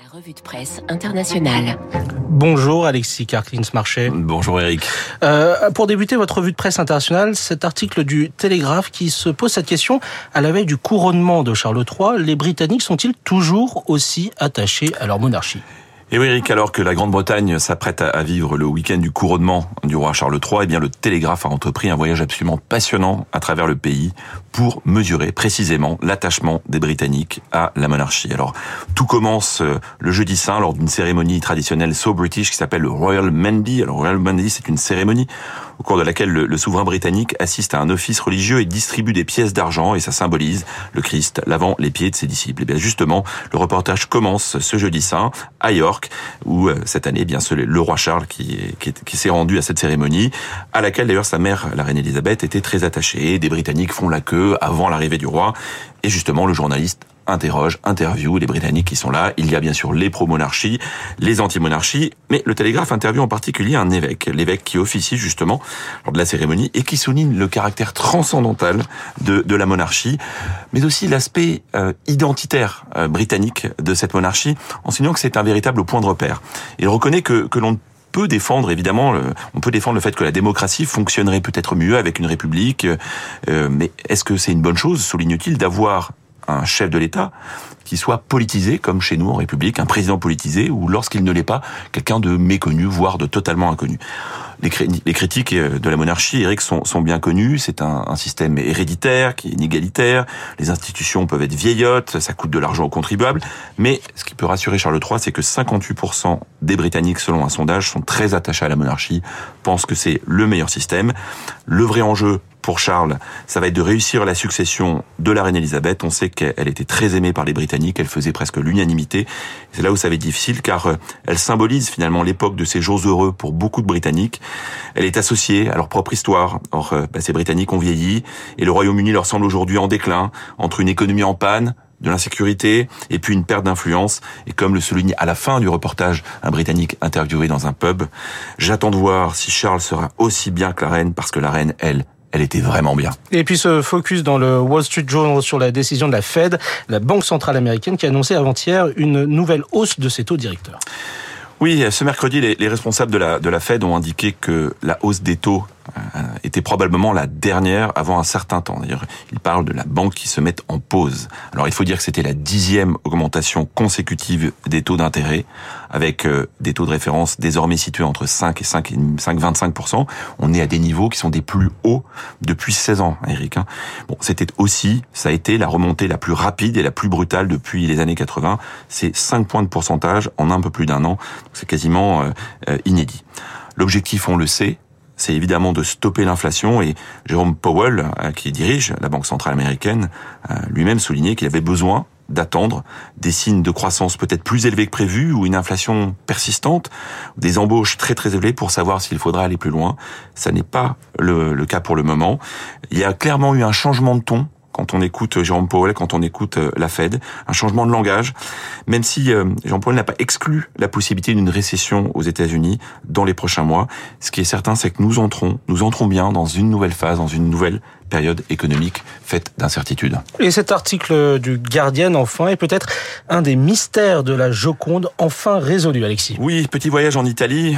La revue de presse internationale. Bonjour Alexis Karklins-Marchais. Bonjour Eric. Pour débuter votre revue de presse internationale, cet article du Télégraphe qui se pose cette question à la veille du couronnement de Charles III. Les Britanniques sont-ils toujours aussi attachés à leur monarchie ? Et oui Eric, alors que la Grande-Bretagne s'apprête à vivre le week-end du couronnement du roi Charles III, eh bien le Télégraphe a entrepris un voyage absolument passionnant à travers le pays pour mesurer précisément l'attachement des Britanniques à la monarchie. Alors, tout commence le jeudi saint lors d'une cérémonie traditionnelle so british qui s'appelle le Royal Mandy. Alors, Royal Mandy, c'est une cérémonie au cours de laquelle le souverain britannique assiste à un office religieux et distribue des pièces d'argent, et ça symbolise le Christ lavant les pieds de ses disciples. Et bien justement, le reportage commence ce jeudi saint à York, où cette année, bien le roi Charles qui s'est rendu à cette cérémonie, à laquelle d'ailleurs sa mère, la reine Elisabeth, était très attachée. Des Britanniques font la queue avant l'arrivée du roi, et justement le journaliste interview les Britanniques qui sont là. Il y a bien sûr les pro-monarchies, les anti-monarchies, mais le Télégraphe interviewe en particulier un évêque, l'évêque qui officie justement lors de la cérémonie et qui souligne le caractère transcendantal de la monarchie, mais aussi l'aspect identitaire britannique de cette monarchie, en soulignant que c'est un véritable point de repère. Il reconnaît que l'on peut défendre, évidemment, on peut défendre le fait que la démocratie fonctionnerait peut-être mieux avec une république, mais est-ce que c'est une bonne chose, souligne-t-il, d'avoir un chef de l'État qui soit politisé, comme chez nous en République, un président politisé, ou lorsqu'il ne l'est pas, quelqu'un de méconnu, voire de totalement inconnu. Les critiques de la monarchie, Eric, sont bien connues. C'est un système héréditaire, qui est inégalitaire. Les institutions peuvent être vieillottes, ça coûte de l'argent aux contribuables. Mais ce qui peut rassurer Charles III, c'est que 58% des Britanniques, selon un sondage, sont très attachés à la monarchie, pensent que c'est le meilleur système. Le vrai enjeu pour Charles, ça va être de réussir la succession de la reine Elisabeth. On sait qu'elle était très aimée par les Britanniques, elle faisait presque l'unanimité. C'est là où ça va être difficile, car elle symbolise finalement l'époque de ces jours heureux pour beaucoup de Britanniques. Elle est associée à leur propre histoire. Or, ces Britanniques ont vieilli, et le Royaume-Uni leur semble aujourd'hui en déclin, entre une économie en panne, de l'insécurité, et puis une perte d'influence. Et comme le souligne à la fin du reportage un Britannique interviewé dans un pub, j'attends de voir si Charles sera aussi bien que la reine, parce que la reine, elle était vraiment bien. Et puis ce focus dans le Wall Street Journal sur la décision de la Fed, la Banque centrale américaine, qui a annoncé avant-hier une nouvelle hausse de ses taux directeurs. Oui, ce mercredi, les responsables de la Fed ont indiqué que la hausse des taux était probablement la dernière avant un certain temps. D'ailleurs, ils parlent de la banque qui se met en pause. Alors, il faut dire que c'était la 10e augmentation consécutive des taux d'intérêt, avec des taux de référence désormais situés entre 5 et 5,25%. On est à des niveaux qui sont des plus hauts depuis 16 ans, Eric. Bon, ça a été la remontée la plus rapide et la plus brutale depuis les années 80. C'est 5 points de pourcentage en un peu plus d'un an. C'est quasiment inédit. L'objectif, on le sait, c'est évidemment de stopper l'inflation, et Jérôme Powell, qui dirige la Banque centrale américaine, lui-même soulignait qu'il avait besoin d'attendre des signes de croissance peut-être plus élevés que prévu, ou une inflation persistante, des embauches très très élevées pour savoir s'il faudra aller plus loin. Ça n'est pas le cas pour le moment. Il y a clairement eu un changement de ton quand on écoute Jérôme Powell, quand on écoute la Fed, un changement de langage, même si Jérôme Powell n'a pas exclu la possibilité d'une récession aux États-Unis dans les prochains mois. Ce qui est certain, c'est que nous entrons bien dans une nouvelle phase, dans une nouvelle période économique faite d'incertitudes. Et cet article du Guardian, enfin, est peut-être un des mystères de la Joconde enfin résolu, Alexis. Oui, petit voyage en Italie.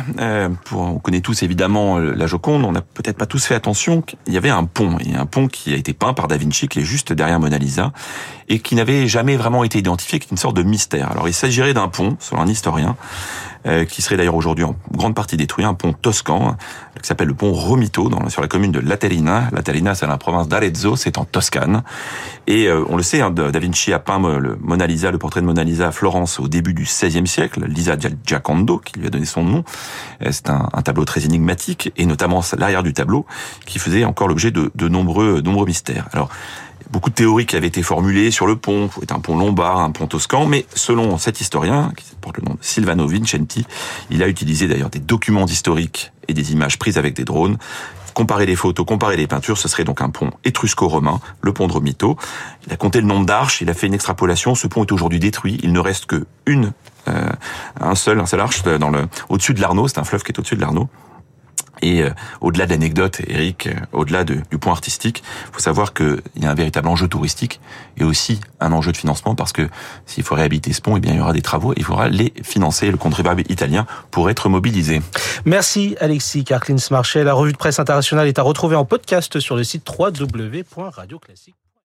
On connaît tous évidemment la Joconde. On n'a peut-être pas tous fait attention qu'il y avait un pont. Il y a un pont qui a été peint par Da Vinci, qui est juste derrière Mona Lisa, et qui n'avait jamais vraiment été identifié, qui est une sorte de mystère. Alors, il s'agirait d'un pont, selon un historien, qui serait d'ailleurs aujourd'hui en grande partie détruit, un pont toscan, qui s'appelle le pont Romito, sur la commune de Laterina. Laterina, c'est dans la province d'Arezzo, c'est en Toscane. Et on le sait, Da Vinci a peint le portrait de Mona Lisa à Florence au début du XVIe siècle, Lisa Giocondo, qui lui a donné son nom. C'est un tableau très énigmatique, et notamment l'arrière du tableau, qui faisait encore l'objet de nombreux mystères. Alors, beaucoup de théories qui avaient été formulées sur le pont, c'est un pont lombard, un pont toscan, mais selon cet historien, qui porte le nom de Silvano Vincenti, il a utilisé d'ailleurs des documents historiques et des images prises avec des drones. Comparer les photos, comparer les peintures, ce serait donc un pont étrusco-romain, le pont de Romito. Il a compté le nombre d'arches, il a fait une extrapolation, ce pont est aujourd'hui détruit, il ne reste que un seul arche au-dessus de l'Arno, c'est un fleuve qui est au-dessus de l'Arno. Et au-delà de l'anecdote, Eric, au-delà du point artistique, il faut savoir qu'il y a un véritable enjeu touristique et aussi un enjeu de financement, parce que s'il faut réhabiliter ce pont, eh bien il y aura des travaux et il faudra les financer. Le contribuable italien pourrait être mobilisé. Merci Alexis Karklins-Marchais. La revue de presse internationale est à retrouver en podcast sur le site www.radioclassique.fr.